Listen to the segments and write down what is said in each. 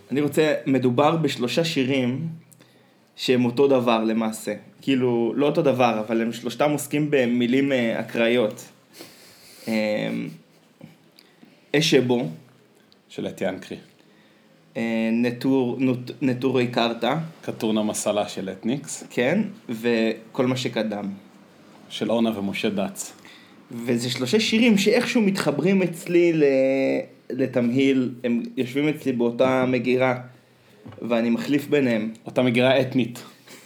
אני רוצה, מדובר בשלושה שירים שהם אותו דבר למעשה. כאילו, לא אותו דבר, אבל הם שלושתם עוסקים במילים אקראיות. אשבו, של אתיאנקרי. נטורי קרתא, קטורנה מסלה של אתניקס. כן, וכל מה שקדם. של אורנה ומשה דץ. וזה שלושה שירים שאיכשהו מתחברים אצלי לתמהיל, הם יושבים אצלי באותה מגירה, ואני מחליף ביניהם. אותה מגירה אתנית.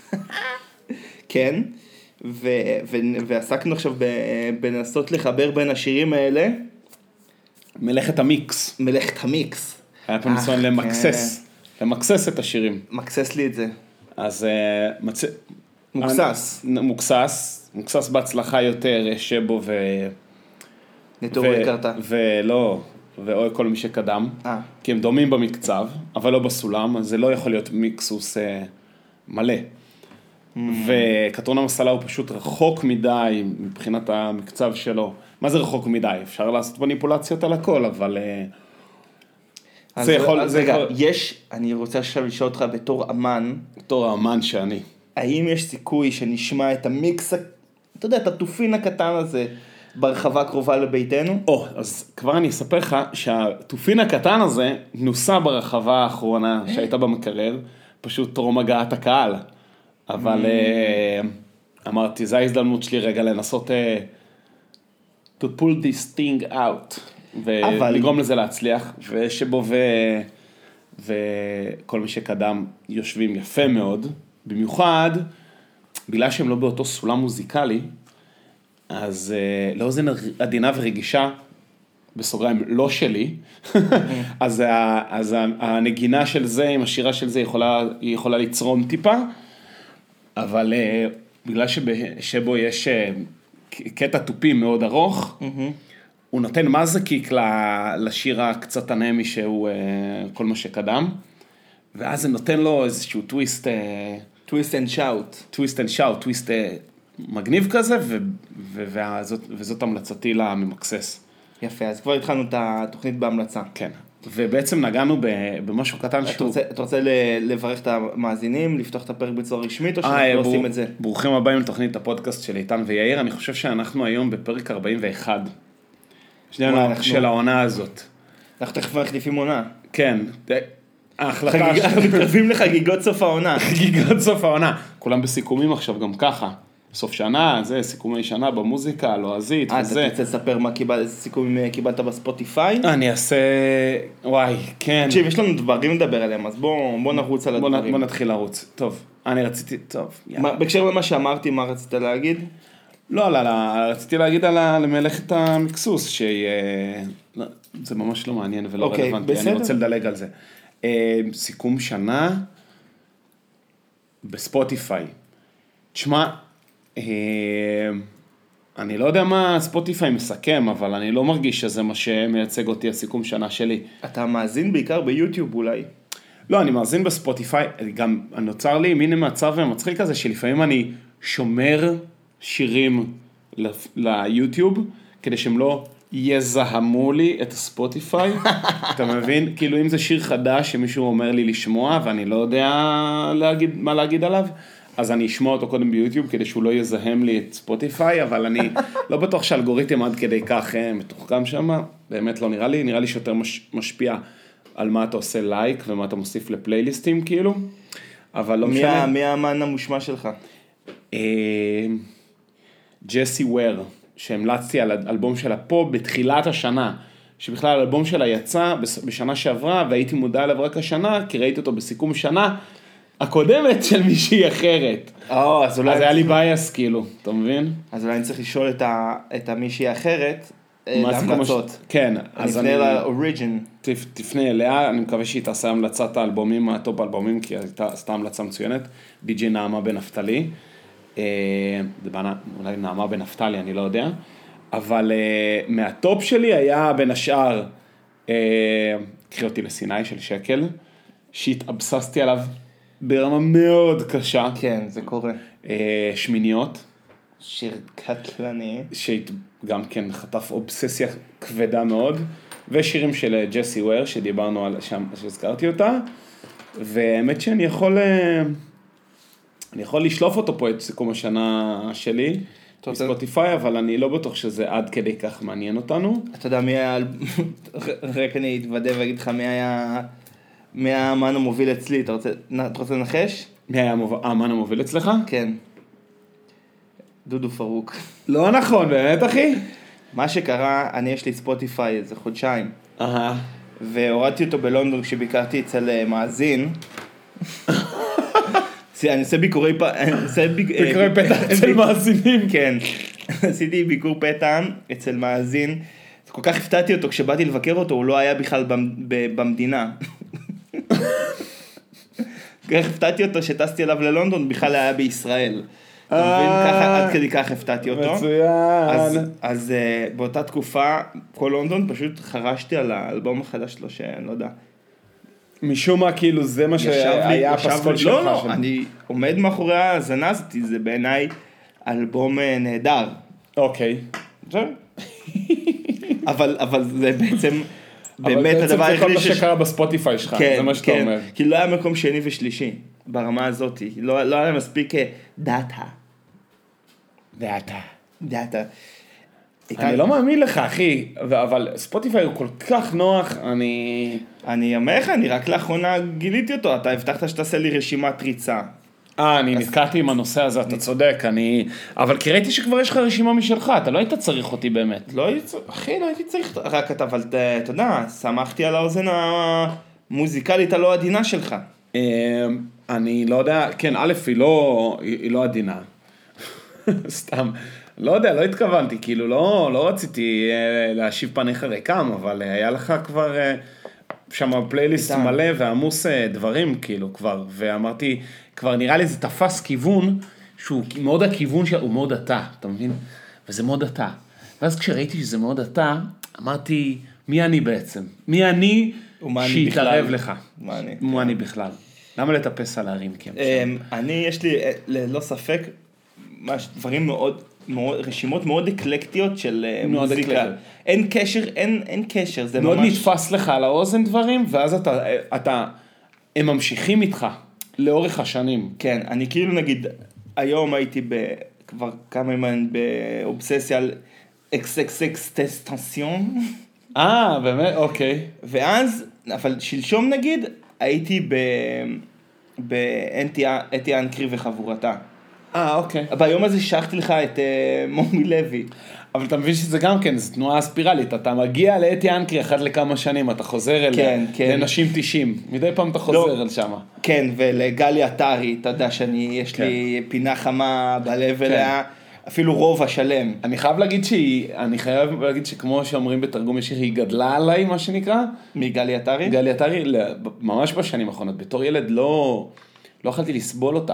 כן, ועסקנו עכשיו בנסות לחבר בין השירים האלה. מלאכת המיקס. מלאכת המיקס. היה פה ניסיון למקסס. למקסס את השירים. מקסס לי את זה. אז מוקסס. מוקסס בהצלחה יותר, שבו נטורי קרתא. ולא, ואוי כל מי שקדם. כי הם דומים במקצב, אבל לא בסולם, אז זה לא יכול להיות מיקסוס מלא. וקטורנה מסלה הוא פשוט רחוק מדי מבחינת המקצב שלו. מה זה רחוק מדי? אפשר לעשות מניפולציות על הכל, אבל זה יכול... רגע, אני רוצה עכשיו לשאול אותך בתור אמן. בתור האמן שאני. האם יש סיכוי שנשמע את המיקס, אתה יודע, את התופין הקטן הזה, ברחבה קרובה לביתנו? אז כבר אני אספר לך שהתופין הקטן הזה נוסע ברחבה האחרונה שהייתה במקרר, פשוט טרום הגעת הקהל. אבל אמרתי, זו ההזדמנות שלי רגע לנסות to pull this thing out, ולגרום לזה להצליח, ושבו וכל מי שקדם יושבים יפה מאוד, במיוחד, בגלל שהם לא באותו סולם מוזיקלי, אז לאוזן עדינה ורגישה, בסוגריים לא שלי, אז הנגינה של זה עם השירה של זה היא יכולה לצרום טיפה, אבל בגלל שבו יש קטע טופי מאוד ארוך, הוא נותן מזקיק לשיר הקצת אנמי שהוא כל מה שקדם, ואז זה נותן לו איזשהו טוויסט, טוויסט אנד שאוט, טוויסט מגניב כזה, וזאת המלצתי לממקסס. יפה, אז כבר התחלנו את התוכנית בהמלצה. כן, ובעצם נגענו במשהו קטן שהוא... אתה רוצה לברך את המאזינים, לפתוח את הפרק בצורה רשמית, או שאנחנו לא עושים את זה? ברוכים הבאים לתוכנית הפודקאסט של איתן ויאיר, אני חושב שאנחנו היום בפרק 41, של העונה הזאת. אנחנו תכף מחליפים עונה. כן, אנחנו מתקרבים לחגיגות סוף העונה. חגיגות סוף העונה. כולם בסיכומים עכשיו גם ככה. סוף שנה, זה סיכומי שנה במוזיקה, לועזית וזה. אתה רוצה לספר איזה סיכומים קיבלת בספוטיפיי? אני אעשה, וואי, כן. תקשיב, יש לנו דברים לדבר עליהם, אז בוא נרוץ על הדברים. בוא נתחיל לרוץ. טוב, אני רציתי, טוב. בהקשר למה שאמרתי, מה רצית להגיד? לא, רציתי להגיד על מלאכת המקסוס, זה ממש לא מעניין ולא רלוונטי. אני רוצה לדלג על זה. סיכום שנה בספוטיפיי. תשמע, אני לא יודע מה ספוטיפיי מסכם, אבל אני לא מרגיש שזה מה שמייצג אותי הסיכום שנה שלי. אתה מאזין בעיקר ביוטיוב אולי? לא, אני מאזין בספוטיפיי, גם נוצר לי מיני מצב ומצחיק כזה, שלפעמים אני שומר שירים ליוטיוב, כדי שהם לא יזהמו לי את הספוטיפיי, אתה מבין? כאילו אם זה שיר חדש שמישהו אומר לי לשמוע, ואני לא יודע מה להגיד עליו, אז אני אשמע אותו קודם ביוטיוב, כדי שהוא לא יזהם לי את ספוטיפיי, אבל אני לא בטוח שהאלגוריתם עד כדי כך מתוחכם שם, באמת לא נראה לי שיותר משפיע על מה אתה עושה לייק, ומה אתה מוסיף לפלייליסטים כאילו, אבל לא משנה. מי האמן המושמע שלך? ג'סי וויר, שהמלצתי על אלבום שלה פה בתחילת השנה, שבכלל האלבום שלה יצא בשנה שעברה, והייתי מודע עליו רק השנה, כי ראיתי אותו בסיכום שנה, הקודמת של מישהי אחרת. אז היה לי בייס כאילו, אתה מבין? אז אולי אני צריך לשאול את המישהי האחרת, להמלצות. כן. אני אפנה לאוריג'ן. תפנה אליה, אני מקווה שהיא תעשה המלצת האלבומים, הטופ האלבומים, כי הייתה עשתה המלצה מצוינת, די.ג'י נעמה בן נפתלי, אולי נעמה בן נפתלי, אני לא יודע, אבל מהטופ שלי היה בין השאר, קחי אותי לסיני של שקל, שהתאבססתי עליו, ברמה מאוד קשה. כן, זה קורה. שמיניות. שיר קטלני. שגם כן חטף אובססיה כבדה מאוד. ושירים של ג'סי וויר, שדיברנו על שם, שהזכרתי אותה, והאמת שאני יכול לשלוף אותו פה את סיכום השנה שלי, בספוטיפיי, אבל אני לא בטוח שזה עד כדי כך מעניין אותנו. אתה יודע מי היה, רק אני אתוודא ואגיד לך מי האמן המוביל אצלי, אתה רוצה לנחש? מי היה האמן המוביל אצלך? כן. דודו פרוק. לא נכון, באמת אחי? מה שקרה, יש לי ספוטיפיי איזה חודשיים, והורדתי אותו בלונדון כשביקרתי אצל מאזין. אני עושה ביקורי פתע אצל מאזינים. כן, עשיתי ביקור פתע אצל מאזין, כל כך הפתעתי אותו, כשבאתי לבקר אותו, הוא לא היה בכלל במדינה. כל כך הפתעתי אותו שטסתי אליו ללונדון, בכלל היה בישראל. אתה מבין? ככה, עד כדי כך הפתעתי אותו. מצוין. אז באותה תקופה, כל לונדון פשוט חרשתי על האלבום החדש שלו, שאני לא יודע. משום מה, כאילו, זה מה שהיה הפסקול שלך. לא, אני עומד מאחורי ההאזנה הזאת, זה בעיניי אלבום נהדר. אוקיי. אבל זה בעצם, באמת הדבר היחיד זה כל מה שקרה בספוטיפיי שלך, זה מה שאתה אומר. כי לא היה מקום שני ושלישי, ברמה הזאת, לא היה מספיק דאטה. אני לא מאמין לך, אחי, אבל ספוטיפיי הוא כל כך נוח, אני אומר לך, אני רק לאחרונה גיליתי אותו, אתה הבטחת שתעשה לי רשימת ריצה. אני נתקעתי עם הנושא הזה, אתה צודק, אבל כי ראיתי שכבר יש לך רשימה משלך, אתה לא היית צריך אותי באמת. אחי, לא הייתי צריך, רק אבל אתה יודע, שמחתי על האוזן המוזיקלית הלא עדינה שלך. אני לא יודע, כן, א', היא לא עדינה. סתם. לא יודע, לא התכוונתי, כאילו לא רציתי להשיב פניך ריקם, אבל היה לך כבר שם פלייליסט מלא ועמוס דברים כאילו כבר, ואמרתי, כבר נראה לי זה תפס כיוון, שהוא מאוד הכיוון הוא מאוד אתה, אתה מבין? וזה מאוד אתה. ואז כשראיתי שזה מאוד אתה, אמרתי, מי אני בעצם? מי אני שיתערב לך? מה אני בכלל? למה לטפס על ההרים? יש לי ללא ספק, דברים מאוד, רשימות מאוד אקלקטיות של מוזיקה. אין קשר, זה ממש... מאוד נתפס לך על האוזן דברים, ואז הם ממשיכים איתך לאורך השנים. כן, אני כאילו נגיד, היום הייתי כבר כמה ימים באובססיה על XXXTentacion. באמת? אוקיי. ואז, אבל שלשום נגיד, הייתי באתיאן קרי וחבורתה. אוקיי. ביום הזה שכחתי לך את מומי לוי. אבל אתה מבין שזה גם כן, זו תנועה ספירלית, אתה מגיע לאתי אנקרי אחת לכמה שנים, אתה חוזר לנשים 90, מדי פעם אתה חוזר אל שמה. כן, ולגלי עטרי, אתה יודע יש לי פינה חמה בלב אליה, אפילו רוב השלם. אני חייב להגיד שכמו שאומרים בתרגום ישיר, היא גדלה עליי, מה שנקרא. מגלי עטרי? גלי עטרי, ממש בשנים האחרונות, בתור ילד לא יכולתי לסבול אותה.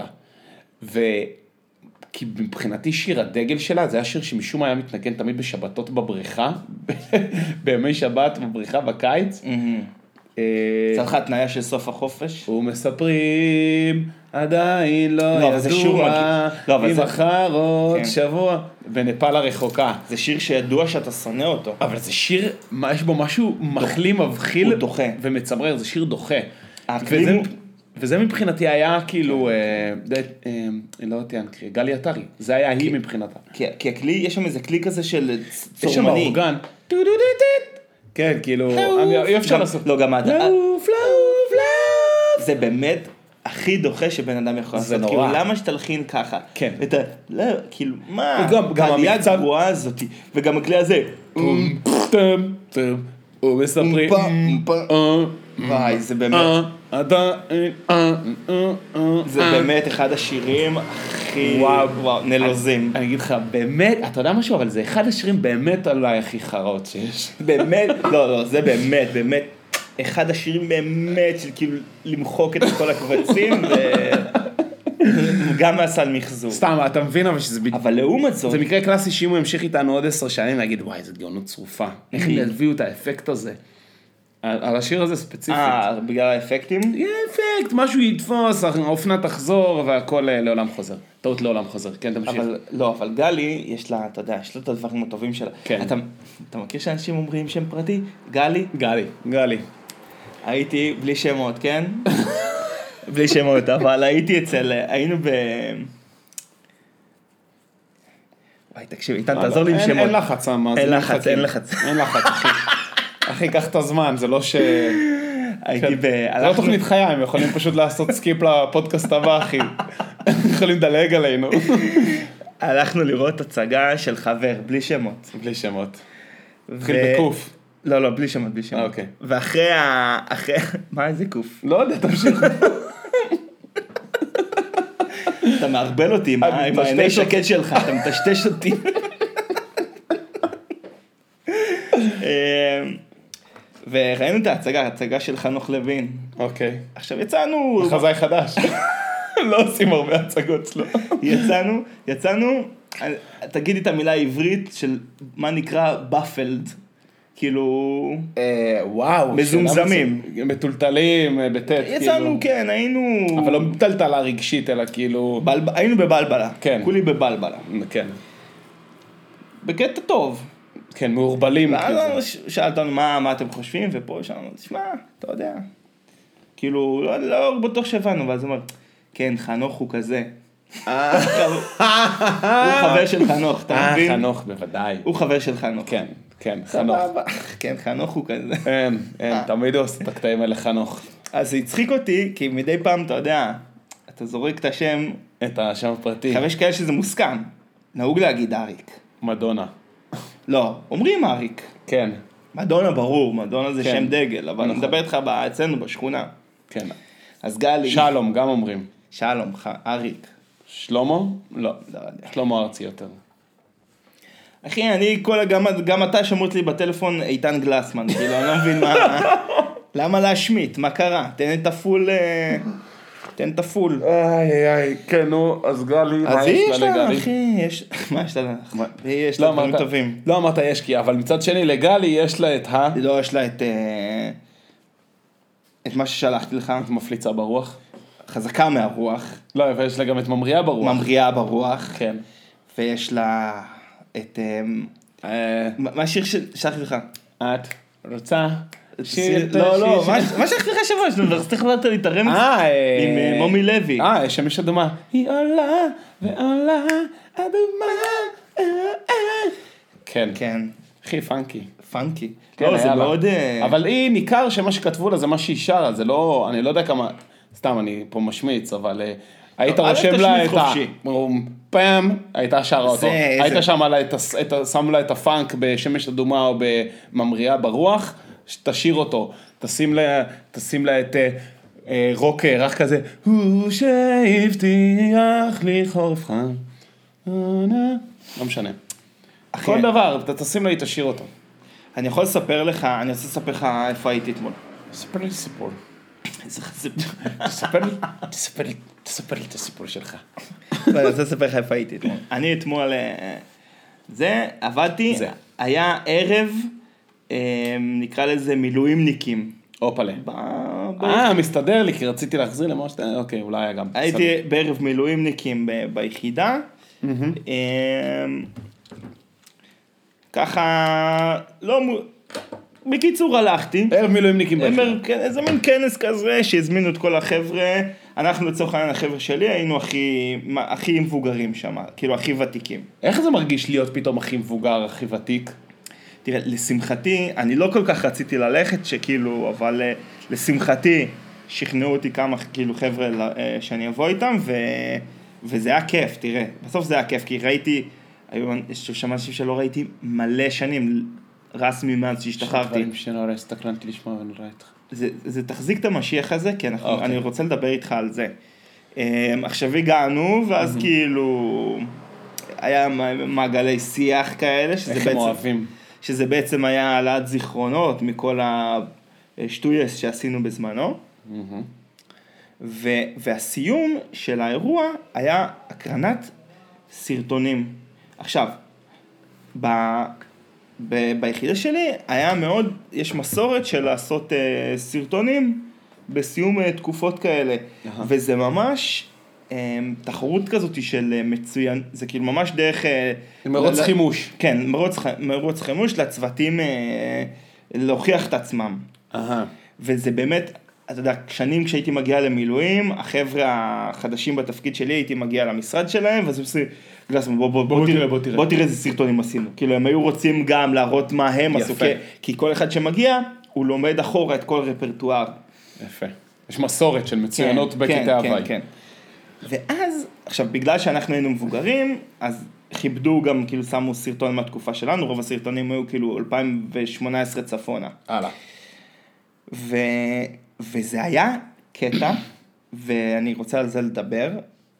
כי מבחינתי שיר הדגל שלה, זה היה שיר שמשום היה מתנגן תמיד בשבתות בבריכה, בימי שבת בבריכה בקיץ. צריך התניה של סוף החופש? ומספרים, עדיין לא ידוע, אם מחר עוד שבוע, בנפאל הרחוקה. זה שיר שידוע שאתה שונא אותו. אבל זה שיר, יש בו משהו מחלים, מבחיל, הוא דוחה. ומצמרר, זה שיר דוחה. וזה מבחינתי היה כאילו, לא יודעת, גלי עטרי, זה היה היא מבחינתה. כי הכלי, יש שם איזה כלי כזה של צורמני. יש שם אורגן, כן, כאילו, אי אפשר לעשות. לא, גם לוף, לוף, לוף. זה באמת הכי דוחה שבן אדם יכול לעשות. כאילו, למה שתלחין ככה? כן. לא, כאילו, מה? גם המקצב הגבוהה הזאת, וגם הכלי הזה. ומספרים. וואי, זה באמת. זה באמת אחד השירים הכי נלוזים. אני אגיד לך, באמת, אתה יודע משהו, אבל זה אחד השירים באמת אולי הכי חרות שיש. באמת, לא, זה באמת, באמת, אחד השירים באמת של כאילו למחוק את כל הקבצים, גם מהסל מחזור. סתם, אתה מבין אבל שזה... אבל לעומת זאת... זה מקרה קלאסי שאם הוא ימשיך איתנו עוד 10 שנים, להגיד, וואי, זה גאונות צרופה. איך להביאו את האפקט הזה? על השיר הזה ספציפית. בגלל האפקטים? יהיה אפקט, משהו יתפוס, האופנה תחזור, והכל לעולם חוזר. טעות לעולם חוזר, כן, תמשיך. אבל גלי, יש לה, אתה יודע, יש לה את הדברים הטובים שלה. כן. אתה מכיר שאנשים אומרים שם פרטי? גלי? גלי. הייתי, בלי שמות, כן? בלי שמות, אבל היינו וואי, תקשיב, איתן, תעזור לי עם שמות. אין לחץ, אין לחץ. אין לחץ, אחי. אחי, קח את הזמן, זה לא הייתי זה לא תוכנית חיה, הם יכולים פשוט לעשות סקיפ לפודקאסט הבא, אחי. יכולים לדלג עלינו. הלכנו לראות הצגה של חבר, בלי שמות. בלי שמות. התחיל בקוף. לא, בלי שמות. אוקיי. ואחרי מה זה קוף? לא יודע, תמשיך. אתה מערבל אותי עם העיני שקט שלך, אתה מטשטש אותי. וראינו את ההצגה של חנוך לוין. אוקיי. עכשיו יצאנו... חזאי חדש. לא עושים הרבה הצגות שלו. יצאנו, תגידי את המילה העברית של מה נקרא בפלד. כאילו... וואו. מזומזמים. מטולטלים, בטט. יצאנו, כן, היינו... אבל לא מטלטלה רגשית, אלא כאילו... היינו בבלבלה. כן. כולי בבלבלה. כן. בקטע טוב. כן, מעורבלים. ואז שאלת לנו מה אתם חושבים, ופה שאלנו, תשמע, אתה יודע. כאילו, לא בטוח שהבנו, ואז הוא אומר, כן, חנוך הוא כזה. הוא חבר של חנוך, אתה מבין? חנוך, בוודאי. הוא חבר של חנוך. כן, חנוך. כן, חנוך הוא כזה. אין, תמיד עושה את הקטעים האלה חנוך. אז זה הצחיק אותי, כי מדי פעם, אתה יודע, אתה זורק את השם... את השם הפרטי. חבר שכאלה שזה מוסכם. נהוג להגיד אריק. מדונה. לא, אומרים אריק. כן. מדונה ברור, מדונה זה שם דגל, אבל אני מדבר איתך אצלנו בשכונה. כן. אז גלי... שלום, גם אומרים. שלום, אריק. שלמה? לא. לא יודע. שלמה ארצי יותר. אחי, גם אתה שמות לי בטלפון איתן גלסמן, כאילו, אני לא מבין למה להשמיט, מה קרה? תן את הפול. איי, כן, נו, אז גלי, מה יש לה לגלי? אחי, מה יש לה? יש לה דברים טובים. לא אמרת יש כי, אבל מצד שני לגלי יש לה את לא, יש לה את מה ששלחתי לך. את מפליצה ברוח. חזקה מהרוח. לא, ויש לה גם את ממריאה ברוח. ממריאה ברוח. כן. ויש לה את... מה השיר ששלחתי לך? את רוצה... לא, מה שלחתי לך שבוע? אז תכברת לי את הרמז עם מומי לוי. שמש אדומה. היא עולה ועולה אדומה. כן. כן. הכי פאנקי. פאנקי. לא, זה מאוד... אבל היא ניכר שמה שכתבו לה זה מה שהיא שרה, זה לא... אני לא יודע כמה... סתם, אני פה משמיץ, אבל... היית רושם לה את פעם, הייתה שרה אותו. היית שם לה את הפאנק בשמש אדומה או בממריאה ברוח, תשאיר אותו. תשים לה את רוק רך כזה, הוא שהבטיח לי חורף חם. לא משנה. כל דבר, אתה תשים לה, תשאיר אותו. אני יכול לספר לך, אני רוצה לספר לך איפה הייתי אתמול. ספר לי סיפור. תספר לי את הסיפור שלך. אני רוצה לספר לך איפה הייתי אתמול. אני אתמול, עבדתי, היה ערב, נקרא לזה מילואימניקים. אופלה. מסתדר לי, כי רציתי להחזיר למה שאתה, אוקיי, אולי היה גם. הייתי בערב מילואימניקים ביחידה. ככה, לא... בקיצור הלכתי. ערב מילואימניקים ביחידה. איזה מין כנס כזה שהזמינו את כל החבר'ה. אנחנו לצורך העניין החבר'ה שלי היינו הכי מבוגרים שם, כאילו הכי ותיקים. איך זה מרגיש להיות פתאום הכי מבוגר, הכי ותיק? תראה, לשמחתי, אני לא כל כך רציתי ללכת שכאילו, אבל לשמחתי שכנעו אותי כמה כאילו חבר'ה שאני אבוא איתם, וזה היה כיף, תראה. בסוף זה היה כיף, כי ראיתי, יש שם אנשים שלא ראיתי מלא שנים, רסמי מאז שהשתחררתי. דברים שנורא הסתכלנתי לשמוע ונראה איתך. זה תחזיק את המשיח הזה, כי אני רוצה לדבר איתך על זה. עכשיו הגענו, ואז כאילו, היה מעגלי שיח כאלה, איך הם אוהבים. שזה בעצם היה העלאת זיכרונות מכל השטויס שעשינו בזמנו. והסיום של האירוע היה הקרנת סרטונים. עכשיו, ביחידה שלי היה מאוד, יש מסורת של לעשות סרטונים בסיום תקופות כאלה, וזה ממש תחרות כזאת של מצוין, זה כאילו ממש דרך... מרוץ חימוש. כן, מרוץ חימוש לצוותים להוכיח את עצמם. וזה באמת, אתה יודע, שנים כשהייתי מגיע למילואים, החבר'ה החדשים בתפקיד שלי, הייתי מגיע למשרד שלהם, ואז עושים, בוא תראה איזה סרטונים עשינו. כאילו, הם היו רוצים גם להראות מה הם עשו, כי כל אחד שמגיע, הוא לומד אחורה את כל רפרטואר. יפה. יש מסורת של מצוינות בכיתה הוואי. כן. ואז, עכשיו, בגלל שאנחנו היינו מבוגרים, אז כיבדו גם, כאילו, שמו סרטון מהתקופה שלנו, רוב הסרטונים היו כאילו 2018 צפונה. הלאה. וזה היה קטע, ואני רוצה על זה לדבר,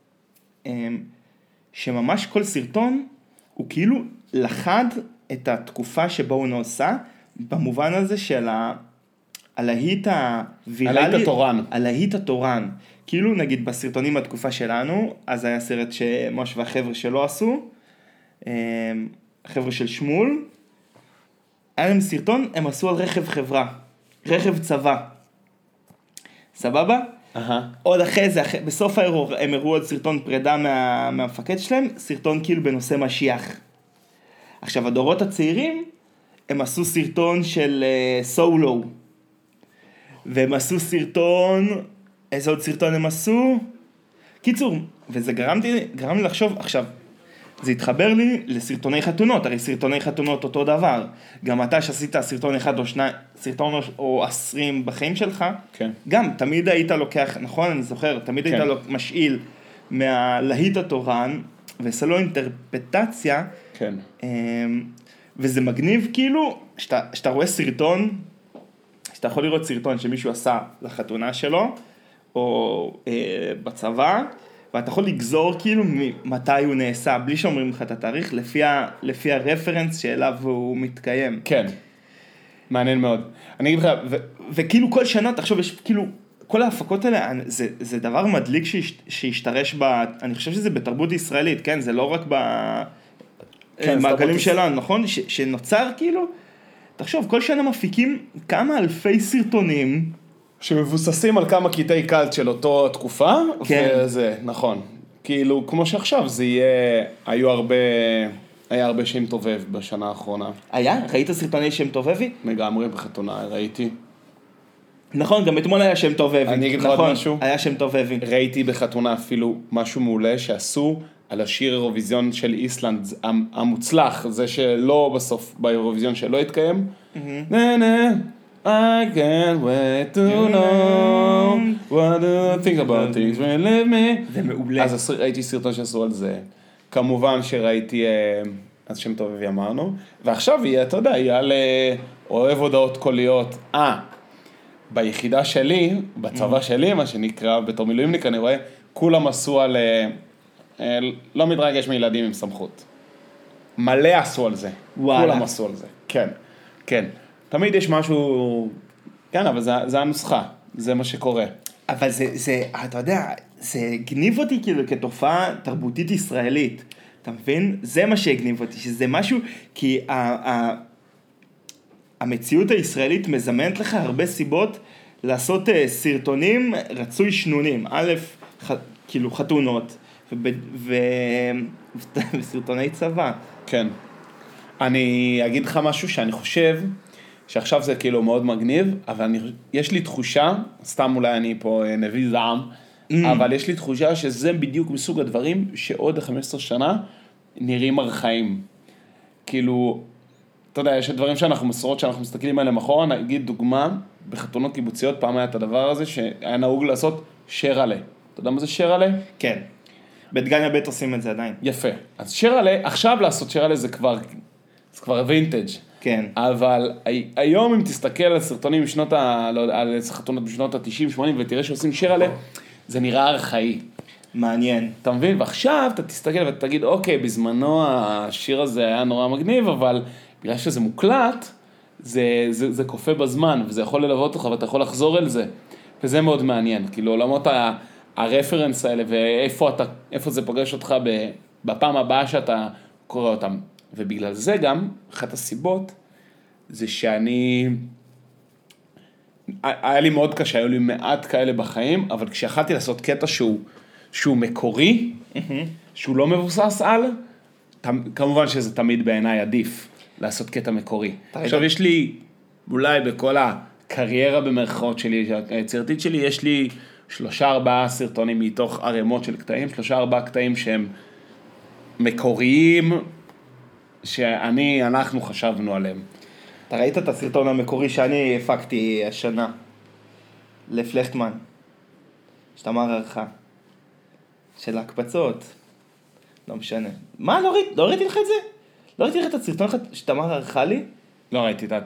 שממש כל סרטון הוא כאילו לחד את התקופה שבו הוא נעשה, במובן הזה של הלהיט הוויראלי, הלהיט התורן. הלהיט התורן. כאילו נגיד בסרטונים בתקופה שלנו, אז היה סרט שמוש והחבר'ה שלו עשו, החבר'ה של שמול, היה להם סרטון, הם עשו על רכב חברה, רכב צבא. סבבה? עוד אחרי זה, בסוף האירוע, הם הראו עוד סרטון פרידה מהמפקד שלהם, סרטון כאילו בנושא משיח. עכשיו, הדורות הצעירים, הם עשו סרטון של סולו, והם עשו סרטון, איזה עוד סרטון הם עשו? קיצור, וזה גרם לי לחשוב, עכשיו, זה התחבר לי לסרטוני חתונות, הרי סרטוני חתונות אותו דבר. גם אתה שעשית סרטון אחד או שניים, סרטון או 20 בחיים שלך, כן. גם תמיד היית לוקח, נכון, אני זוכר, תמיד כן. היית משאיל מהלהיט התורן, ועשה לו אינטרפטציה, כן. וזה מגניב כאילו, שאתה רואה סרטון, שאתה יכול לראות סרטון שמישהו עשה לחתונה שלו, או בצבא, ואתה יכול לגזור כאילו מתי הוא נעשה, בלי שאומרים לך את התאריך, לפי הרפרנס שאליו הוא מתקיים. כן, מעניין מאוד. אני אגיד לך, וכאילו כל שנה, תחשוב, יש כאילו, כל ההפקות האלה, זה דבר מדליק שהשתרש אני חושב שזה בתרבות ישראלית, כן? זה לא רק במעגלים שלנו, נכון? שנוצר כאילו, תחשוב, כל שנה מפיקים כמה אלפי סרטונים, שמבוססים על כמה קטעי קלט של אותו תקופה, כן. וזה, נכון. כאילו, כמו שעכשיו, זה היה הרבה שם טובב בשנה האחרונה. היה? ראית סרטוני שם טובבי? לגמרי בחתונה, ראיתי. נכון, גם אתמול היה שם טובבי. אני אגיד לך עוד משהו? היה שם טובבי. ראיתי בחתונה אפילו משהו מעולה שעשו על השיר אירוויזיון של איסלנד, המוצלח, זה שלא בסוף באירוויזיון שלא התקיים. I can't wait to know what do you think about things when leave me. זה מעולה. אז ראיתי סרטון שעשו על זה. כמובן שראיתי, אז שם טובבי אמרנו, ועכשיו יהיה, אתה יודע, יהיה לאוהב הודעות קוליות. ביחידה שלי, בצבא שלי, מה שנקרא, בתור מילואימניק, אני רואה, כולם עשו על, לא מתרגש מילדים עם סמכות. מלא עשו על זה. וואלה. כולם עשו על זה. כן, כן. תמיד יש משהו, כן, אבל זה הנוסחה, זה מה שקורה. אבל זה, אתה יודע, זה הגניב אותי כאילו כתופעה תרבותית ישראלית, אתה מבין? זה מה שהגניב אותי, שזה משהו, כי המציאות הישראלית מזמנת לך הרבה סיבות לעשות סרטונים רצוי שנונים, כאילו חתונות, וסרטוני צבא. כן. אני אגיד לך משהו שאני חושב, שעכשיו זה כאילו מאוד מגניב, אבל יש לי תחושה, סתם אולי אני פה נביא זעם, אבל יש לי תחושה שזה בדיוק מסוג הדברים שעוד 15 שנה נראים ארכאיים. כאילו, אתה יודע, יש דברים מסורות שאנחנו מסתכלים עליהם אחורה, נגיד דוגמה, בחתונות קיבוציות פעם היה את הדבר הזה שהיה נהוג לעשות שרלה. אתה יודע מה זה שרלה? כן. בדגניה בית עושים את זה עדיין. יפה. אז שרלה, עכשיו לעשות שרלה זה כבר וינטג'. כן. אבל היום אם תסתכל על סרטונים על חתונות בשנות ה-90-80 ותראה שעושים שרלה, זה נראה ארכאי. מעניין. אתה מבין? ועכשיו אתה תסתכל ותגיד, אוקיי, בזמנו השיר הזה היה נורא מגניב, אבל בגלל שזה מוקלט, זה קופא בזמן, וזה יכול ללוות אותך ואתה יכול לחזור אל זה. וזה מאוד מעניין. כאילו עולמות הרפרנס האלה ואיפה זה פוגש אותך בפעם הבאה שאתה קורא אותם. ובגלל זה גם, אחת הסיבות, זה שאני, היה לי מאוד קשה, היו לי מעט כאלה בחיים, אבל כשהחלטתי לעשות קטע שהוא מקורי, שהוא לא מבוסס על, כמובן שזה תמיד בעיניי עדיף לעשות קטע מקורי. עכשיו יש לי, אולי בכל הקריירה במרכאות שלי, היצירתית שלי, יש לי 3-4 סרטונים מתוך ערימות של קטעים, 3-4 קטעים שהם מקוריים, אנחנו חשבנו עליהם. אתה ראית את הסרטון המקורי שאני הפקתי השנה, לפלכטמן, שתמר ערכה, של ההקפצות, לא משנה. מה, לא ראיתי לך את זה? לא ראיתי לך את הסרטון שתמר ערכה לי? לא ראיתי את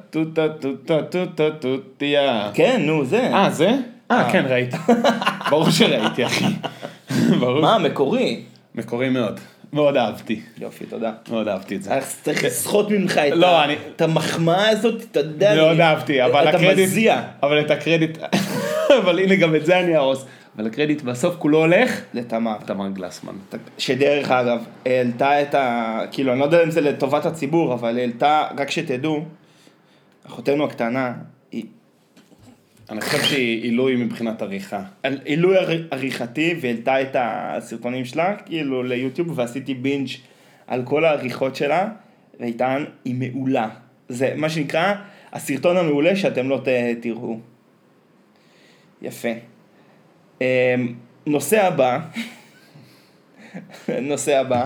הטוטה. כן, נו, זה. זה? כן, ראיתי. ברור שראיתי, אחי. מה, מקורי? מקורי מאוד. מאוד אהבתי. יופי, תודה. מאוד אהבתי את זה. צריך לסחוט ממך את המחמאה הזאת, אתה יודע. מאוד אהבתי, אבל הקרדיט... אתה מזיע. אבל את הקרדיט... אבל הנה גם את זה אני ארוס. אבל הקרדיט בסוף כולו הולך... לתמר. תמר גלסמן. שדרך אגב, העלתה את כאילו, אני לא יודע אם זה לטובת הציבור, אבל העלתה, רק שתדעו, אחותנו הקטנה, אני חושב שהיא עילוי מבחינת עריכה. עילוי עריכתי, והעלתה את הסרטונים שלה, כאילו ליוטיוב, ועשיתי בינג' על כל העריכות שלה, ואיתן היא מעולה. זה מה שנקרא, הסרטון המעולה שאתם לא תראו. יפה. נושא הבא. נושא הבא.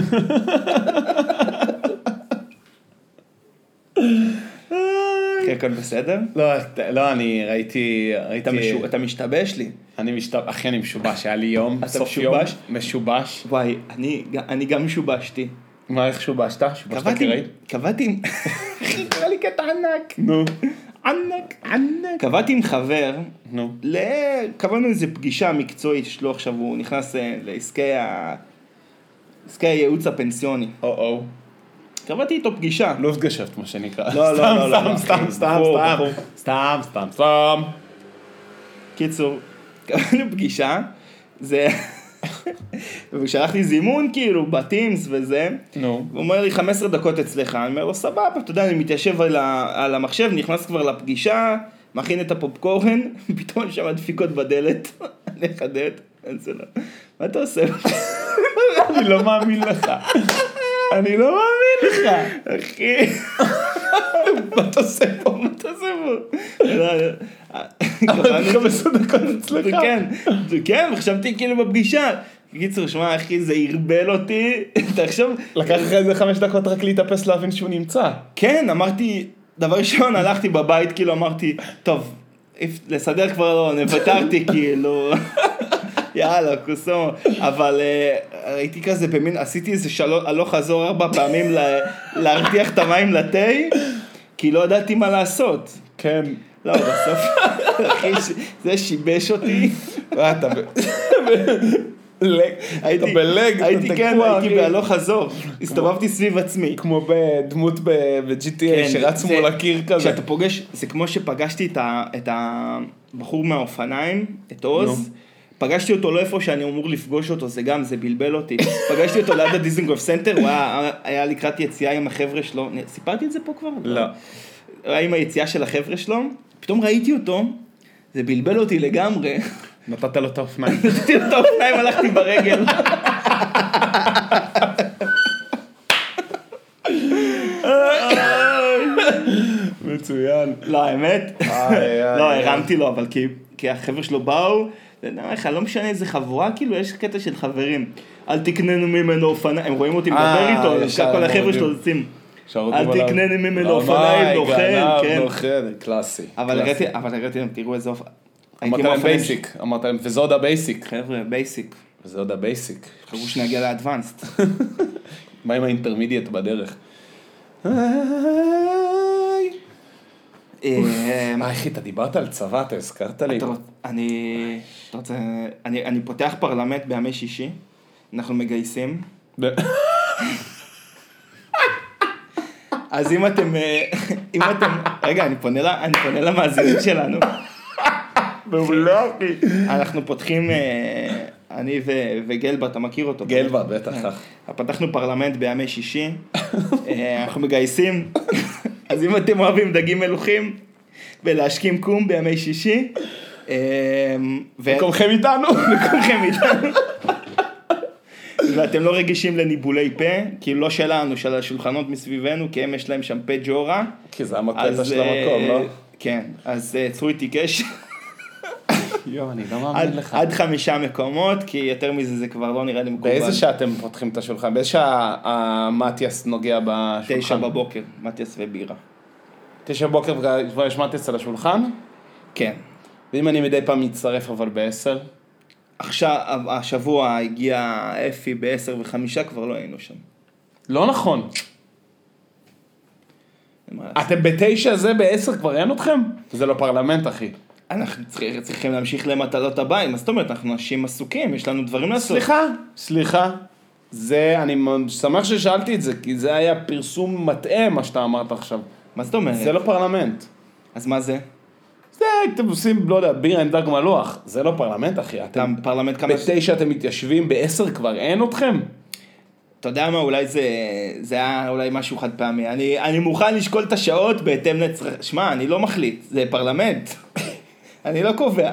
הכל בסדר? לא, אני ראיתי... אתה משתבש לי. אחי, אני משובש, היה לי יום, סוף יום, משובש. וואי, אני גם משובשתי. מה, איך שובשת? שובשת קראי? קבעתי, אחי, קרא לי קטע ענק. נו. ענק. קבעתי עם חבר, קבענו איזו פגישה מקצועית שלו עכשיו, הוא נכנס לעסקי הייעוץ הפנסיוני. קבעתי איתו פגישה. לא סגשפת מה שנקרא. לא. סתם. קיצור, קבענו פגישה, זה... ושלחתי זימון כאילו בטימס וזה, הוא אומר לי 15 דקות אצלך, אני אומר לו סבבה, אתה יודע, אני מתיישב על המחשב, נכנס כבר לפגישה, מכין את הפופקורן, פתאום שם דפיקות בדלת, אני אחדד, מה אתה עושה? אני לא מאמין לך. אחי, מה אתה עושה פה? אבל 15 דקות אצלך. כן, חשבתי כאילו בפגישה. קיצור, שמע, אחי, זה הרבל אותי. תחשוב... לקח לך איזה 5 דקות רק להתאפס להבין שהוא נמצא. כן, אמרתי, דבר ראשון, הלכתי בבית, כאילו אמרתי, טוב, לסדר כבר לא, נוותרתי, כאילו... יאללה, קוסומו. אבל הייתי כזה במין, עשיתי איזה הלוך חזור 4 פעמים להרתיח את המים לתה, כי לא ידעתי מה לעשות. כן. לא, בסוף, אחי, זה שיבש אותי. אתה בלג, הייתי בהלוך חזור, הסתובבתי סביב עצמי. כמו בדמות ב-GTA שרץ מול הקיר כזה. כשאתה פוגש, זה כמו שפגשתי את הבחור מהאופניים, את עוז, פגשתי אותו לא איפה שאני אמור לפגוש אותו, זה בלבל אותי. פגשתי אותו ליד הדיזנגוף סנטר, הוא היה לקראת יציאה עם החבר'ה שלו, סיפרתי את זה פה כבר? לא. הוא היה עם היציאה של החבר'ה שלו, פתאום ראיתי אותו, זה בלבל אותי לגמרי. נתת לו את האופניים. נתתי לו את האופניים, הלכתי ברגל. מצוין. לא, האמת? לא, הרמתי לו, אבל כי החבר'ה שלו באו, לא משנה איזה חבורה, כאילו יש קטע של חברים. אל תקננו ממנו אופניים, הם רואים אותי מדבר איתו, כל החבר'ה שלו יוצאים. אל תקננו ממנו אופניים, נוכל, קלאסי. אבל הראיתי להם, תראו איזה אופניים. אמרת להם, וזו עוד הבייסיק. חבר'ה, בייסיק. וזה עוד הבייסיק. חשבו שנגיע לאדוונסט. מה עם האינטרמידיאט בדרך? אחי, אתה דיברת על צבא, אתה הזכרת לי. אני פותח פרלמנט בימי שישי, אנחנו מגייסים. אז אם אתם, רגע, אני פונה למאזינים שלנו. אנחנו פותחים אני וגלבה, אתה מכיר אותו? גלבה, בטח. פתחנו פרלמנט בימי שישי, אנחנו מגייסים, אז אם אתם אוהבים דגים מלוכים ולהשכים קום בימי שישי, מקומכם איתנו. ואתם לא רגישים לניבולי פה, כאילו לא שלנו, של השולחנות מסביבנו, כי הם יש להם שם פה ג'ורה. כי זה המקטע של המקום, לא? כן, אז צרו איתי קשר. יו, אני לא מאמין לך. עד 5 מקומות, כי יותר מזה זה כבר לא נראה לי מקובל. באיזה שעה אתם פותחים את השולחן? באיזה שעה המתיאס נוגע בשולחן? 9 בבוקר, מתיאס ובירה. 9 בבוקר כבר יש מתיאס על השולחן? כן. ואם אני מדי פעם מצטרף אבל ב10? עכשיו, השבוע הגיע אפי ב10:05, כבר לא היינו שם. לא נכון. אתם ב9 זה ב10 כבר אין אתכם? זה לא פרלמנט, אחי. אנחנו צריכים להמשיך למטלות הבאים, מה זאת אומרת, אנחנו אנשים עסוקים, יש לנו דברים לעשות. סליחה. זה, אני שמח ששאלתי את זה, כי זה היה פרסום מטעה מה שאתה אמרת עכשיו. מה זאת אומרת? זה לא פרלמנט. אז מה זה? זה, אתם עושים, לא יודע, בירה עם דג מלוח. זה לא פרלמנט, אחי. אתם פרלמנט כמה... ב9 אתם מתיישבים, ב10 כבר אין אתכם? אתה יודע מה, אולי זה היה אולי משהו חד פעמי. אני מוכן לשקול את השעות בהתאם לצריך... שמע, אני לא מחליט, זה פרלמנט. אני לא קובע.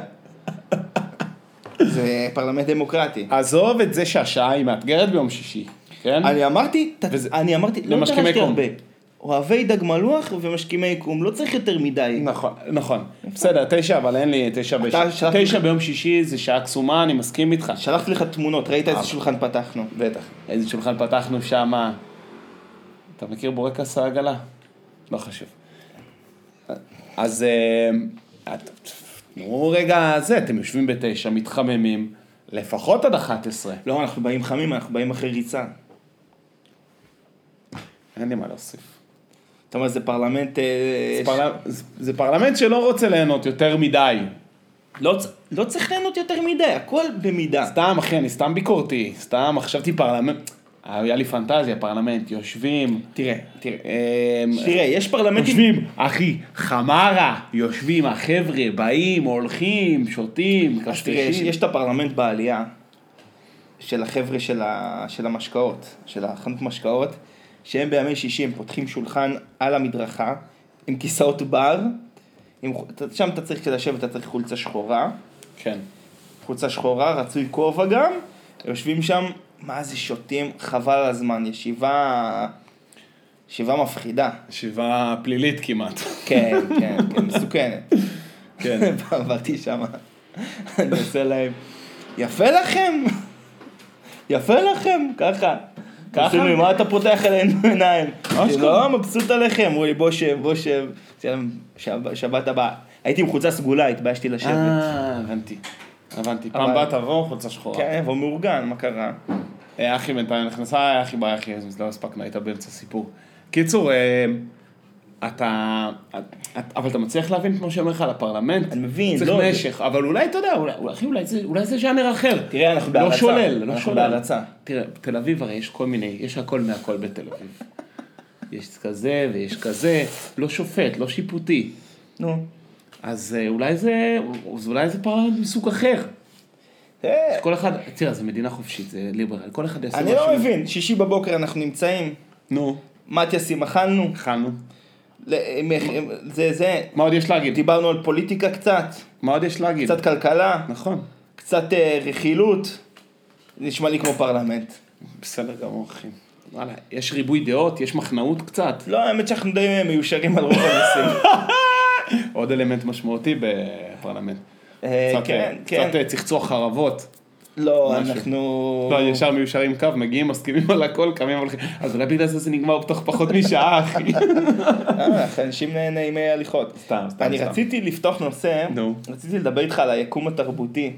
זה פרלמנט דמוקרטי. עזוב את זה שהשעה היא מאתגרת ביום שישי, כן? אני אמרתי, לא למשכימי קום. הרבה. אוהבי דג מלוח ומשכימי קום, לא צריך יותר מדי. נכון. בסדר, 9, אבל אין לי 9 ביום שישי, זה שעה קסומה, אני מסכים איתך. שלחתי לך תמונות, ראית איזה שולחן פתחנו? בטח. איזה שולחן פתחנו שם. אתה מכיר בורקס העגלה? לא חשוב. אז תנו רגע זה, אתם יושבים ב9, מתחממים, לפחות עד 11. לא, אנחנו באים חמים, אנחנו באים אחרי ריצה. אין לי מה להוסיף. זאת אומרת, זה פרלמנט... זה פרלמנט שלא רוצה ליהנות יותר מדי. לא צריך ליהנות יותר מדי, הכל במידה. סתם, אחי, אני סתם ביקורתי. סתם, חשבתי פרלמנט. היה לי פנטזיה, פרלמנט, יושבים. תראה, יש פרלמנטים... יושבים, אחי, חמרה, יושבים, החבר'ה, באים, הולכים, שותים, קשקשים. יש את הפרלמנט בעלייה של החבר'ה של המשקאות, של החנות משקאות, שהם בימי שישי הם פותחים שולחן על המדרכה, עם כיסאות בר, שם אתה צריך לשבת, אתה צריך חולצה שחורה. כן. חולצה שחורה, רצוי כובע גם, יושבים שם, מה זה שותים, חבל על הזמן, ישיבה מפחידה. ישיבה פלילית כמעט. כן, מסוכנת. כן. עברתי שם, אני עושה להם, יפה לכם, ככה. ככה? מה אתה פותח אלינו עיניים? לא, מבסוט עליכם, אמרו לי בוא שב, שבת הבאה. הייתי עם חולצה סגולה, התביישתי לשבת. הבנתי. פעם באת תבוא חולצה שחורה. כן, והוא מאורגן, מה קרה? אחי בינתיים נכנסה, אחי, אז לא הספקנו, היית באמצע סיפור. קיצור, אבל אתה מצליח להבין כמו שאומר לך על הפרלמנט? אני מבין, צריך משך, אבל אולי, אתה יודע, אולי זה ז'אנר אחר. תראה, אנחנו בהרצה. לא שולל. תראה, בתל אביב הרי יש כל מיני, יש הכל מהכל בתל אביב. יש כזה ויש כזה, לא שופט, לא שיפוטי. נו. אז אולי זה פרלמנט מסוג אחר. כל אחד, תראה, זה מדינה חופשית, זה ליברל, כל אחד יעשה משהו. אני לא מבין, שישי בבוקר אנחנו נמצאים. נו. מתיאסים, אכלנו. זה. מה עוד יש להגיד? דיברנו על פוליטיקה קצת. מה עוד יש להגיד? קצת כלכלה. נכון. קצת רכילות. נשמע לי כמו פרלמנט. בסדר גמור, אחי. וואלה, יש ריבוי דעות, יש מחנאות קצת. לא, האמת שאנחנו די מיושרים על רוב הנושאים. עוד אלמנט משמעותי בפרלמנט. כן. קצת צחצוח חרבות. לא, אנחנו... לא, ישר מיושרים קו, מגיעים, מסכימים על הכל, קמים הולכים. אז אולי בגלל זה נגמר בתוך פחות משעה, אחי. אנשים נעימי הליכות. סתם. אני רציתי לפתוח נושא, רציתי לדבר איתך על היקום התרבותי.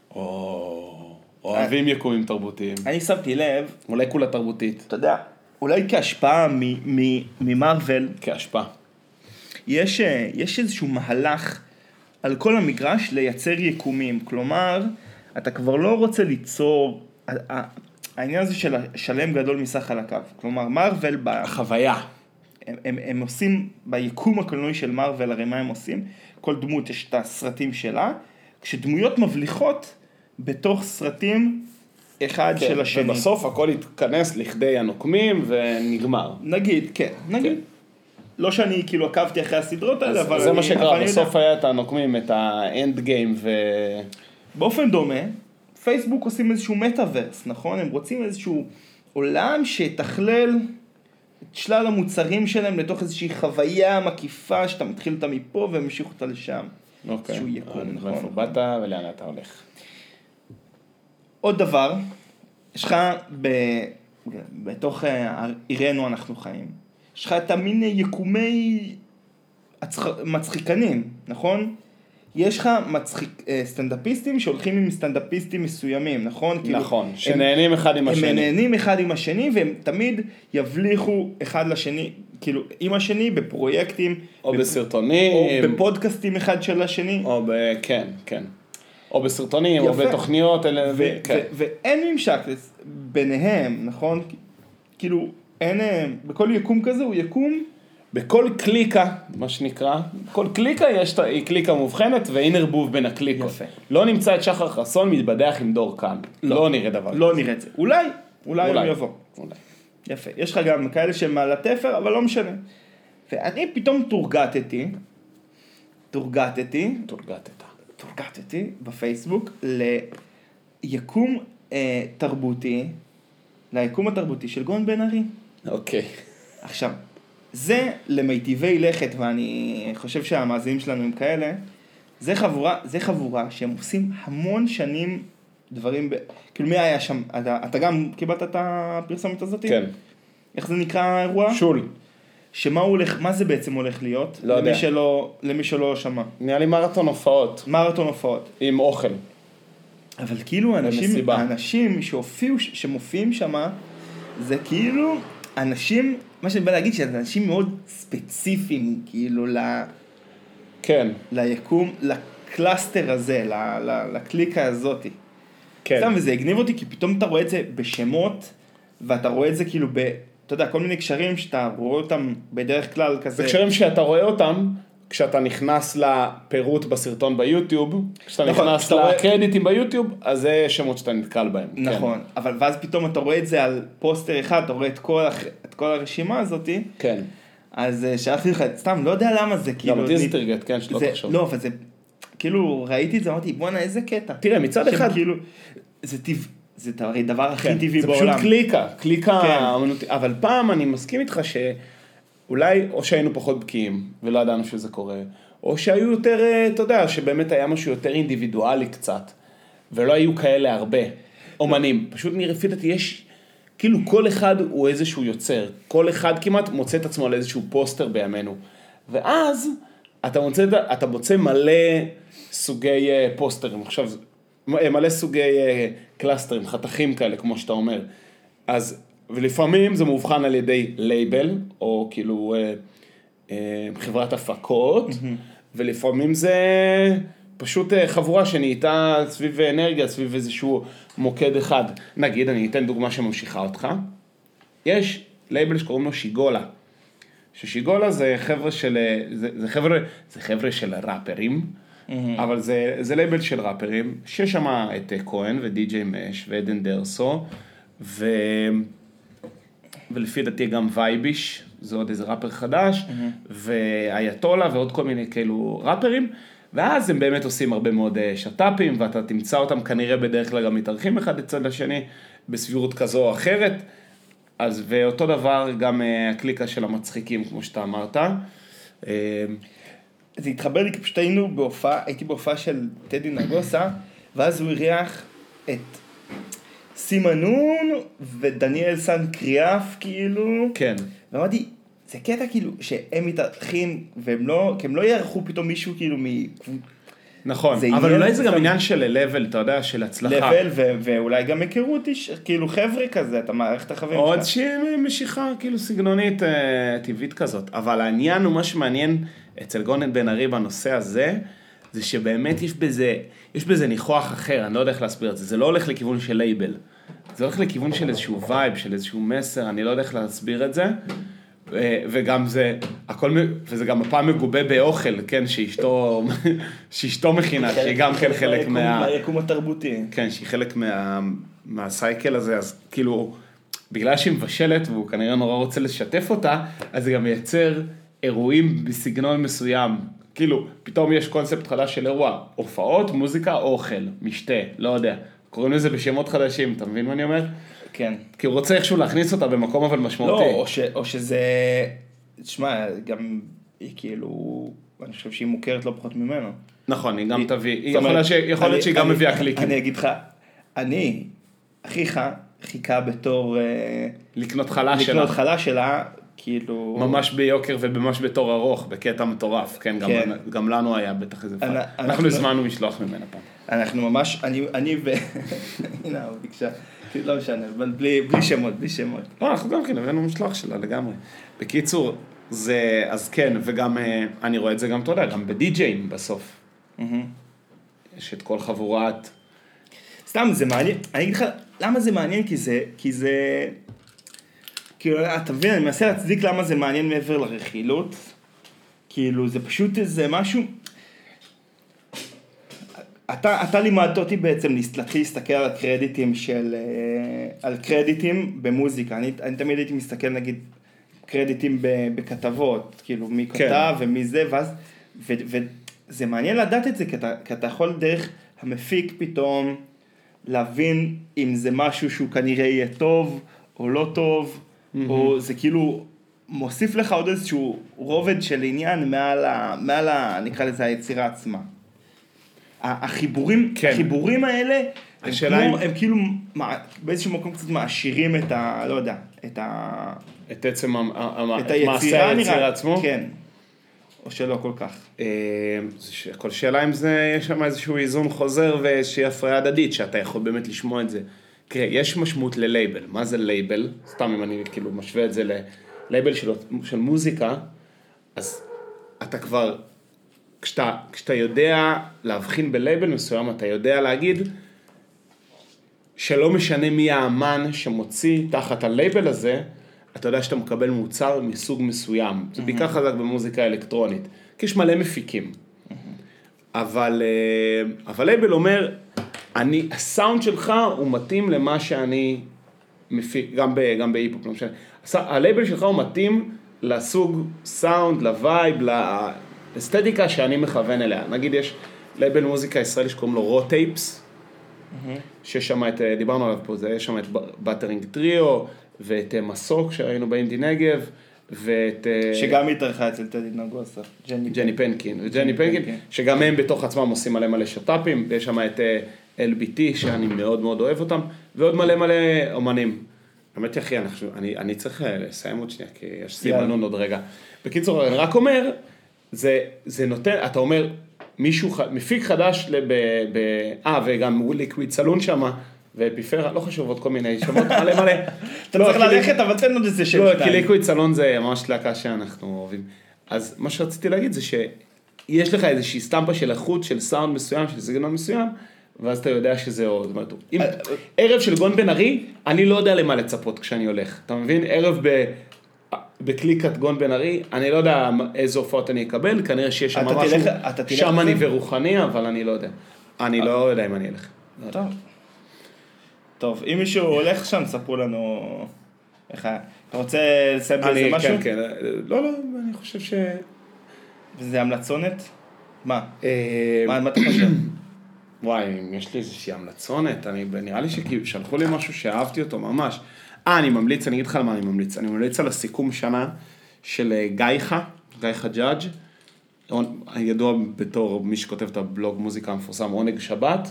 אוהבים יקומים תרבותיים. אני שמתי לב... אולי כולה תרבותית. אתה יודע, אולי כהשפעה ממרוול... כהשפעה. יש איזשהו מהלך על כל המגרש לייצר יקומים. כלומר, אתה כבר לא רוצה ליצור... העניין הזה של שלם גדול מסך על הקו. כלומר, מרוול... החוויה. הם עושים, ביקום הקולנועי של מרוול, הרי מה הם עושים? כל דמות יש את הסרטים שלה. כשדמויות מבליחות, בתוך סרטים אחד כן, של השני. ובסוף הכל יתכנס לכדי הנוקמים ונגמר. נגיד, כן, נגיד. לא שאני כאילו עקבתי אחרי הסדרות האלה, אבל... זה מה שקרה, אבל בסוף היה את הנוקמים, את האנד גיים באופן דומה, פייסבוק עושים איזשהו מטאברס, נכון? הם רוצים איזשהו עולם שתכלל את שלל המוצרים שלהם לתוך איזושהי חוויה מקיפה, שאתה מתחיל אותה מפה וממשיך אותה לשם. אוקיי. איזשהו יקום, נכון? מאיפה באת ולאן אתה הולך? עוד דבר, יש לך בתוך עירנו אנחנו חיים, יש לך את המין יקומי מצחיקנים, נכון? יש לך סטנדאפיסטים שהולכים עם סטנדאפיסטים מסוימים, נכון? נכון, שנהנים אחד עם השני. הם נהנים אחד עם השני, והם תמיד יבליחו אחד לשני, כאילו, עם השני בפרויקטים. או בסרטונים. או בפודקאסטים אחד של השני. או כן, כן. או בסרטונים, או בתוכניות. ואין ממשק ביניהם, נכון? כאילו, אין, בכל יקום כזה הוא יקום. בכל קליקה, מה שנקרא, כל קליקה היא קליקה מובחנת ואין ערבוב בין הקליקות. יפה. לא נמצא את שחר חסון מתבדח עם דור כאן. לא נראה דבר. לא נראה את זה. אולי הוא יבוא. אולי. יפה. יש לך גם כאלה שהם על התפר, אבל לא משנה. ואני פתאום תורגטתי בפייסבוק ליקום התרבותי של גאון בן ארי. אוקיי. עכשיו, זה למיטיבי לכת, ואני חושב שהמאזינים שלנו הם כאלה, זה חבורה שהם עושים המון שנים דברים, כאילו מי היה שם, אתה גם קיבלת את הפרסומת הזאת? כן. איך זה נקרא האירוע? שול. מה זה בעצם הולך להיות? לא יודע. למי שלא שמע. נראה לי מרתון הופעות. מרתון הופעות. עם אוכל. אבל כאילו האנשים שמופיעים שם, זה כאילו אנשים, מה שאני בא להגיד, שזה אנשים מאוד ספציפיים, כאילו, כן. ליקום, לקלאסטר הזה, לקליקה הזאת. כן. סתם, וזה הגניב אותי, כי פתאום אתה רואה את זה בשמות, ואתה רואה את זה כאילו אתה יודע, כל מיני קשרים שאתה רואה אותם בדרך כלל כזה. זה קשרים שאתה רואה אותם, כשאתה נכנס לפירוט בסרטון ביוטיוב, כשאתה נכנס לקרדיטים ביוטיוב, אז זה שמות שאתה נתקל בהם. נכון, אבל ואז פתאום אתה רואה את זה על פוסטר אחד, אתה רואה את כל הרשימה הזאת. כן. אז שלחתי לך, סתם, לא יודע למה זה, כאילו... גם אותי זה תרגט, כן, שלא תחשוב. לא, אבל זה, כאילו, ראיתי את זה, אמרתי, בוא'נה, איזה קטע. תראה, מצד אחד... זה הרי דבר הכי טבעי בעולם. זה פשוט קליקה אמנותית, אבל פעם אני מסכים איתך שאולי, או שהיינו פחות בקיאים, ולא ידענו שזה קורה, או שהיו יותר, אתה יודע, שבאמת היה משהו יותר אינדיבידואלי קצת, ולא היו כאלה הרבה אומנים. פשוט לפי דעתי יש, כאילו כל אחד הוא איזשהו יוצר, כל אחד כמעט מוצא את עצמו על איזשהו פוסטר בימינו, ואז אתה מוצא מלא סוגי פוסטרים, עכשיו, מלא סוגי קלאסטרים, חתכים כאלה, כמו שאתה אומר. אז, ולפעמים זה מובחן על ידי לייבל, או כאילו חברת הפקות, ולפעמים זה פשוט חבורה שנהייתה סביב אנרגיה, סביב איזשהו מוקד אחד. נגיד, אני אתן דוגמה שממשיכה אותך. יש לייבל שקוראים לו שיגולה. ששיגולה זה חבר'ה של ראפרים, אבל זה לייבל של ראפרים, שיש שם את כהן ודי.ג'יי מש ועדן דרסו, ולפי דעתי גם וייביש, זה עוד איזה ראפר חדש, ואייתולה ועוד כל מיני כאילו ראפרים, ואז הם באמת עושים הרבה מאוד שטאפים, ואתה תמצא אותם כנראה בדרך כלל גם מתארחים אחד אצל השני, בסבירות כזו או אחרת, אז ואותו דבר גם הקליקה של המצחיקים, כמו שאתה אמרת. זה התחבר לי, כי פשוט הייתי בהופעה של טדי נגוסה, ואז הוא הריח את סימנון ודניאל סן קריאף, כאילו. כן. ואמרתי, זה קטע כאילו שהם מתארחים, כי הם לא יערכו פתאום מישהו כאילו נכון, אבל אולי זה גם עניין של לבל, אתה יודע, של הצלחה. לבל, ואולי גם היכרות, כאילו חבר'ה כזה, אתה מערכת את החברים שלך. עוד שהיא משיכה כאילו סגנונית טבעית כזאת, אבל העניין הוא מה שמעניין אצל גאון בן ארי בנושא הזה, זה שבאמת יש בזה ניחוח אחר, אני לא יודע איך להסביר את זה, זה לא הולך לכיוון של לייבל, זה הולך לכיוון של איזשהו וייב, של איזשהו מסר, אני לא יודע איך להסביר את זה, וגם זה, וזה גם הפעם מגובה באוכל, כן, שאשתו מכינה, שהיא גם כן חלק מהיקום התרבותי. כן, שהיא חלק מהסייקל הזה, אז כאילו, בגלל שהיא מבשלת, והוא כנראה נורא רוצה לשתף אותה, אז זה גם מייצר אירועים בסגנון מסוים. כאילו, פתאום יש קונספט חדש של אירוע, הופעות, מוזיקה, אוכל, משתה, לא יודע. קוראים לזה בשמות חדשים, אתה מבין מה אני אומר? כן. כי הוא רוצה איכשהו להכניס אותה במקום אבל משמעותי. לא, או שזה, תשמע, גם היא כאילו, אני חושב שהיא מוכרת לא פחות ממנו. נכון, היא גם תביא, יכול להיות שהיא גם מביאה קליקים. אני אגיד לך, אחיך חיכה בתור, לקנות חלה שלה, כאילו... ממש ביוקר וממש בתור ארוך, בקטע מטורף, כן, גם לנו היה בטח איזה פעם. אנחנו הזמנו משלוח ממנה פעם. אנחנו ממש, אני הנה, הוא ביקשה, לא משנה, אבל בלי שמות. לא, אנחנו גם כן הבאנו משלוח שלה לגמרי. בקיצור, זה, אז כן, וגם, אני רואה את זה גם, אתה יודע, גם בדי-ג'אים בסוף. יש את כל חבורת... סתם, זה מעניין, אני אגיד לך, למה זה מעניין? כי זה... כאילו, אתה מבין, אני מנסה להצדיק למה זה מעניין מעבר לרכילות. כאילו, זה פשוט איזה משהו... אתה לימדת אותי בעצם להתחיל להסתכל על הקרדיטים על קרדיטים במוזיקה. אני תמיד הייתי מסתכל, נגיד, קרדיטים בכתבות, כאילו, מי כתב ומי זה, וזה מעניין לדעת את זה, כי אתה יכול דרך המפיק פתאום להבין אם זה משהו שהוא כנראה יהיה טוב או לא טוב, או זה כאילו מוסיף לך עוד איזשהו רובד של עניין מעל נקרא לזה היצירה עצמה. החיבורים האלה, הם כאילו באיזשהו מקום קצת מעשירים לא יודע, את עצם מעשה היצירה עצמו? כן, או שלא כל כך. כל שאלה אם זה, יש שם איזשהו איזון חוזר ואיזושהי הפריה הדדית, שאתה יכול באמת לשמוע את זה. תראה, יש משמעות ללייבל. מה זה לייבל? סתם אם אני כאילו משווה את זה ללייבל של מוזיקה, אז אתה כבר, כשאתה יודע להבחין בלייבל מסוים, אתה יודע להגיד שלא משנה מי האמן שמוציא תחת הלייבל הזה, אתה יודע שאתה מקבל מוצר מסוג מסוים. זה בעיקר חזק במוזיקה אלקטרונית, כי יש מלא מפיקים. אבל לייבל אומר, הסאונד שלך הוא מתאים למה שאני מפיק, גם בהיפופ, לא משנה. הלייבל שלך הוא מתאים לסוג סאונד, לווייב, לאסתטיקה שאני מכוון אליה. נגיד יש לייבל מוזיקה ישראלי שקוראים לו רוטייפס, ששם דיברנו עליו פה, יש שם את בטרינג טריו, ואת מסוק שראינו באינדי נגב, ואת... שגם התארחה אצל טדי נגוסה, ג'ני פנקין, שגם הם בתוך עצמם עושים מלא שטאפים, ויש שם את LBT, שאני מאוד מאוד אוהב אותם, ועוד מלא אומנים. באמת אחי, אני צריך לסיים עוד שנייה, כי יש סימנון עוד רגע. בקיצור, אני רק אומר, זה נותן, אתה אומר, מישהו, מפיק חדש, וגם ליקוויד סלון שמה, ואפיפרה, לא חשוב, עוד כל מיני שמות, מלא. אתה צריך ללכת, אבל תן עוד איזה שם שתיים. לא, כי ליקוויד סלון זה ממש להקה שאנחנו אוהבים. אז מה שרציתי להגיד זה שיש לך איזושהי סטמפה של איכות, של סאונד מסוים, של סגנון מסוים, ואז אתה יודע שזה עוד. זאת אומרת, אם ערב של גון בן ארי, אני לא יודע למה לצפות כשאני הולך. אתה מבין? ערב בקליקת גון בן ארי, אני לא יודע איזה הופעות אני אקבל, כנראה שיש שם משהו שמני ורוחני, אבל אני לא יודע. אני לא יודע אם אני אלך. טוב, אם מישהו הולך שם, ספרו לנו איך היה. אתה רוצה לסיים באיזה משהו? כן. לא, אני חושב ש... וזה המלצונת? מה? מה אתה חושב? וואי, יש לי איזושהי המלצונת, נראה לי ששלחו לי משהו שאהבתי אותו ממש. אני ממליץ, אני אגיד לך על מה אני ממליץ. אני ממליץ על הסיכום שנה של גיא חג'אג', ידוע בתור מי שכותב את הבלוג מוזיקה המפורסם, עונג שבת.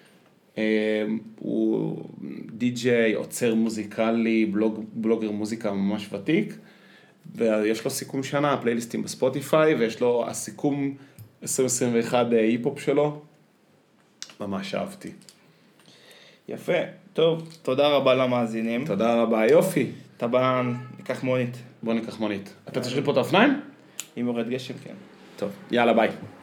הוא די-ג'יי, עוצר מוזיקלי, בלוגר מוזיקה ממש ותיק, ויש לו סיכום שנה, פלייליסטים בספוטיפיי, ויש לו הסיכום 2021 היפופ שלו, ממש אהבתי. יפה, טוב, תודה רבה למאזינים. תודה רבה, יופי. אתה בא, ניקח מונית. בוא ניקח מונית. אתה תשאיר פה את האופניים? אם יורד גשם, כן. טוב, יאללה ביי.